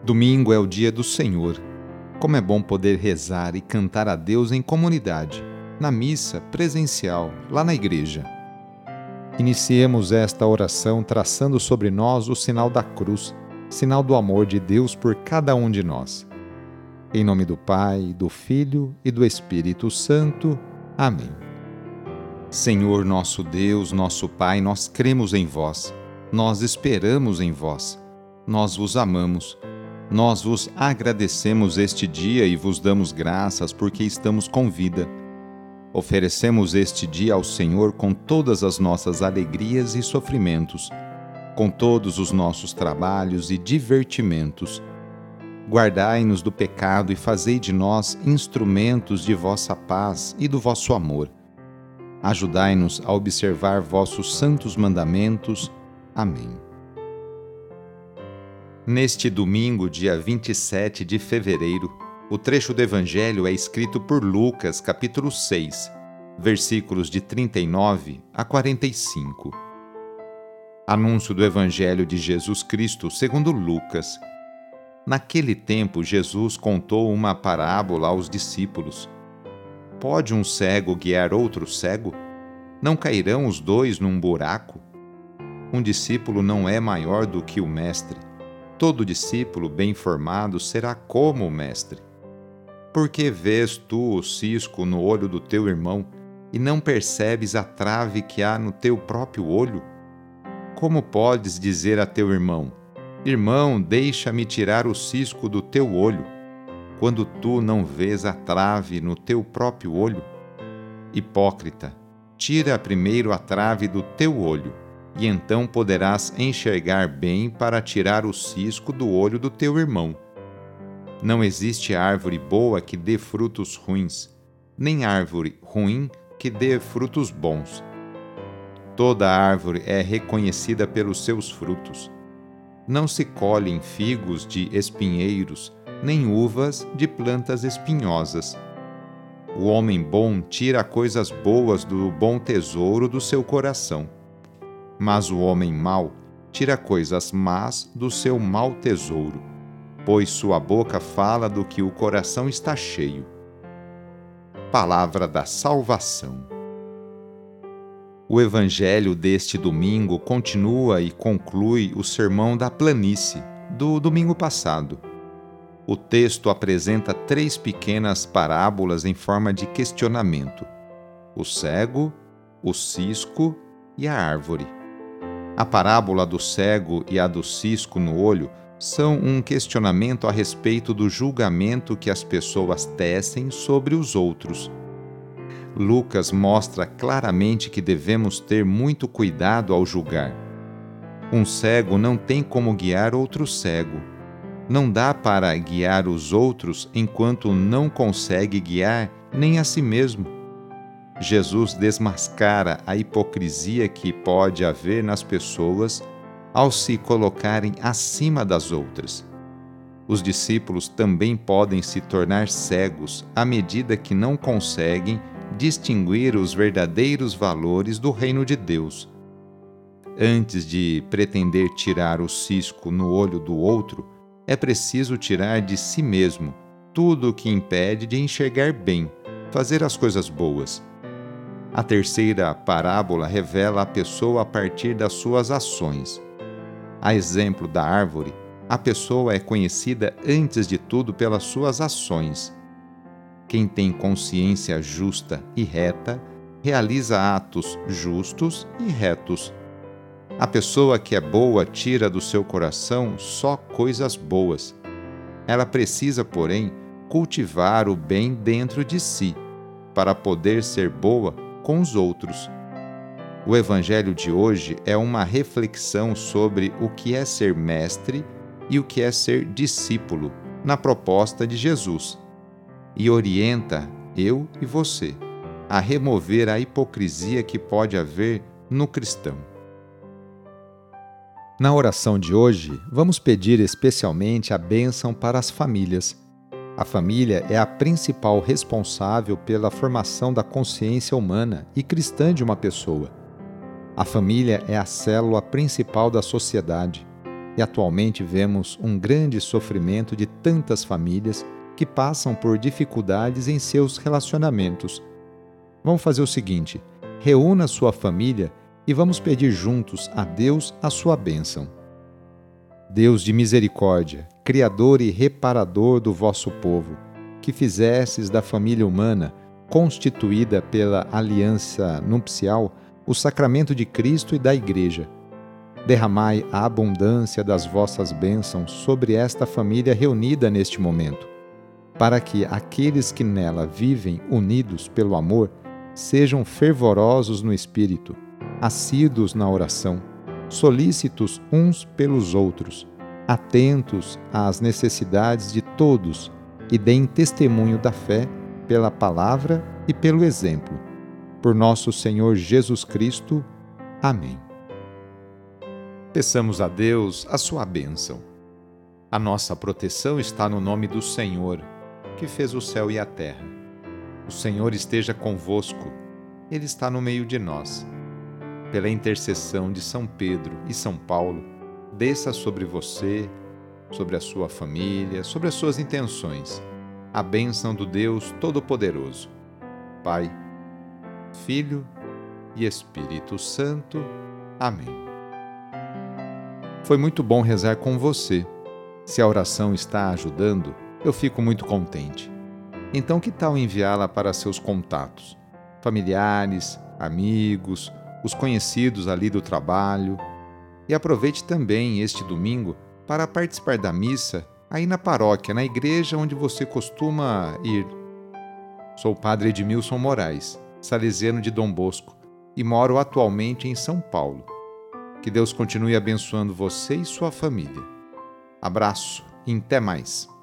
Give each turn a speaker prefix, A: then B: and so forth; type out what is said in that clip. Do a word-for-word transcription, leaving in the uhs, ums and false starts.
A: Domingo é o dia do Senhor. Como é bom poder rezar e cantar a Deus em comunidade, na missa presencial, lá na igreja. Iniciemos esta oração traçando sobre nós o sinal da cruz, sinal do amor de Deus por cada um de nós. Em nome do Pai, do Filho e do Espírito Santo. Amém. Senhor nosso Deus, nosso Pai, nós cremos em vós, nós esperamos em vós, nós vos amamos. Nós vos agradecemos este dia e vos damos graças porque estamos com vida. Oferecemos este dia ao Senhor com todas as nossas alegrias e sofrimentos, com todos os nossos trabalhos e divertimentos. Guardai-nos do pecado e fazei de nós instrumentos de vossa paz e do vosso amor. Ajudai-nos a observar vossos santos mandamentos. Amém. Neste domingo, dia vinte e sete de fevereiro, o trecho do Evangelho é escrito por Lucas, capítulo seis, versículos de trinta e nove a quarenta e cinco. Anúncio do Evangelho de Jesus Cristo segundo Lucas. Naquele tempo, Jesus contou uma parábola aos discípulos. Pode um cego guiar outro cego? Não cairão os dois num buraco? Um discípulo não é maior do que o mestre. Todo discípulo bem formado será como o mestre. Por que vês tu o cisco no olho do teu irmão e não percebes a trave que há no teu próprio olho? Como podes dizer a teu irmão: Irmão, deixa-me tirar o cisco do teu olho, quando tu não vês a trave no teu próprio olho? Hipócrita, tira primeiro a trave do teu olho, e então poderás enxergar bem para tirar o cisco do olho do teu irmão. Não existe árvore boa que dê frutos ruins, nem árvore ruim que dê frutos bons. Toda árvore é reconhecida pelos seus frutos. Não se colhem figos de espinheiros, nem uvas de plantas espinhosas. O homem bom tira coisas boas do bom tesouro do seu coração. Mas o homem mau tira coisas más do seu mau tesouro, pois sua boca fala do que o coração está cheio. Palavra da salvação. O Evangelho deste domingo continua e conclui o sermão da planície, do domingo passado. O texto apresenta três pequenas parábolas em forma de questionamento: o cego, o cisco e a árvore. A parábola do cego e a do cisco no olho são um questionamento a respeito do julgamento que as pessoas tecem sobre os outros. Lucas mostra claramente que devemos ter muito cuidado ao julgar. Um cego não tem como guiar outro cego. Não dá para guiar os outros enquanto não consegue guiar nem a si mesmo. Jesus desmascara a hipocrisia que pode haver nas pessoas ao se colocarem acima das outras. Os discípulos também podem se tornar cegos à medida que não conseguem distinguir os verdadeiros valores do reino de Deus. Antes de pretender tirar o cisco no olho do outro, é preciso tirar de si mesmo tudo o que impede de enxergar bem, fazer as coisas boas. A terceira parábola revela a pessoa a partir das suas ações. A exemplo da árvore, a pessoa é conhecida antes de tudo pelas suas ações. Quem tem consciência justa e reta, realiza atos justos e retos. A pessoa que é boa tira do seu coração só coisas boas. Ela precisa, porém, cultivar o bem dentro de si, para poder ser boa com os outros. O Evangelho de hoje é uma reflexão sobre o que é ser mestre e o que é ser discípulo, na proposta de Jesus, e orienta eu e você a remover a hipocrisia que pode haver no cristão. Na oração de hoje, vamos pedir especialmente a bênção para as famílias. A família é a principal responsável pela formação da consciência humana e cristã de uma pessoa. A família é a célula principal da sociedade. E atualmente vemos um grande sofrimento de tantas famílias que passam por dificuldades em seus relacionamentos. Vamos fazer o seguinte: reúna sua família e vamos pedir juntos a Deus a sua bênção. Deus de misericórdia, Criador e Reparador do vosso povo, que fizestes da família humana, constituída pela aliança nupcial, o sacramento de Cristo e da Igreja, derramai a abundância das vossas bênçãos sobre esta família reunida neste momento, para que aqueles que nela vivem unidos pelo amor sejam fervorosos no espírito, assíduos na oração, solícitos uns pelos outros, atentos às necessidades de todos e deem testemunho da fé pela palavra e pelo exemplo. Por nosso Senhor Jesus Cristo. Amém. Peçamos a Deus a sua bênção. A nossa proteção está no nome do Senhor, que fez o céu e a terra. O Senhor esteja convosco, Ele está no meio de nós. Pela intercessão de São Pedro e São Paulo, desça sobre você, sobre a sua família, sobre as suas intenções, a bênção do Deus Todo-Poderoso, Pai, Filho e Espírito Santo. Amém. Foi muito bom rezar com você. Se a oração está ajudando, eu fico muito contente. Então, que tal enviá-la para seus contatos, familiares, amigos, os conhecidos ali do trabalho? E aproveite também este domingo para participar da missa aí na paróquia, na igreja onde você costuma ir. Sou o padre Edmilson Moraes, salesiano de Dom Bosco, e moro atualmente em São Paulo. Que Deus continue abençoando você e sua família. Abraço e até mais.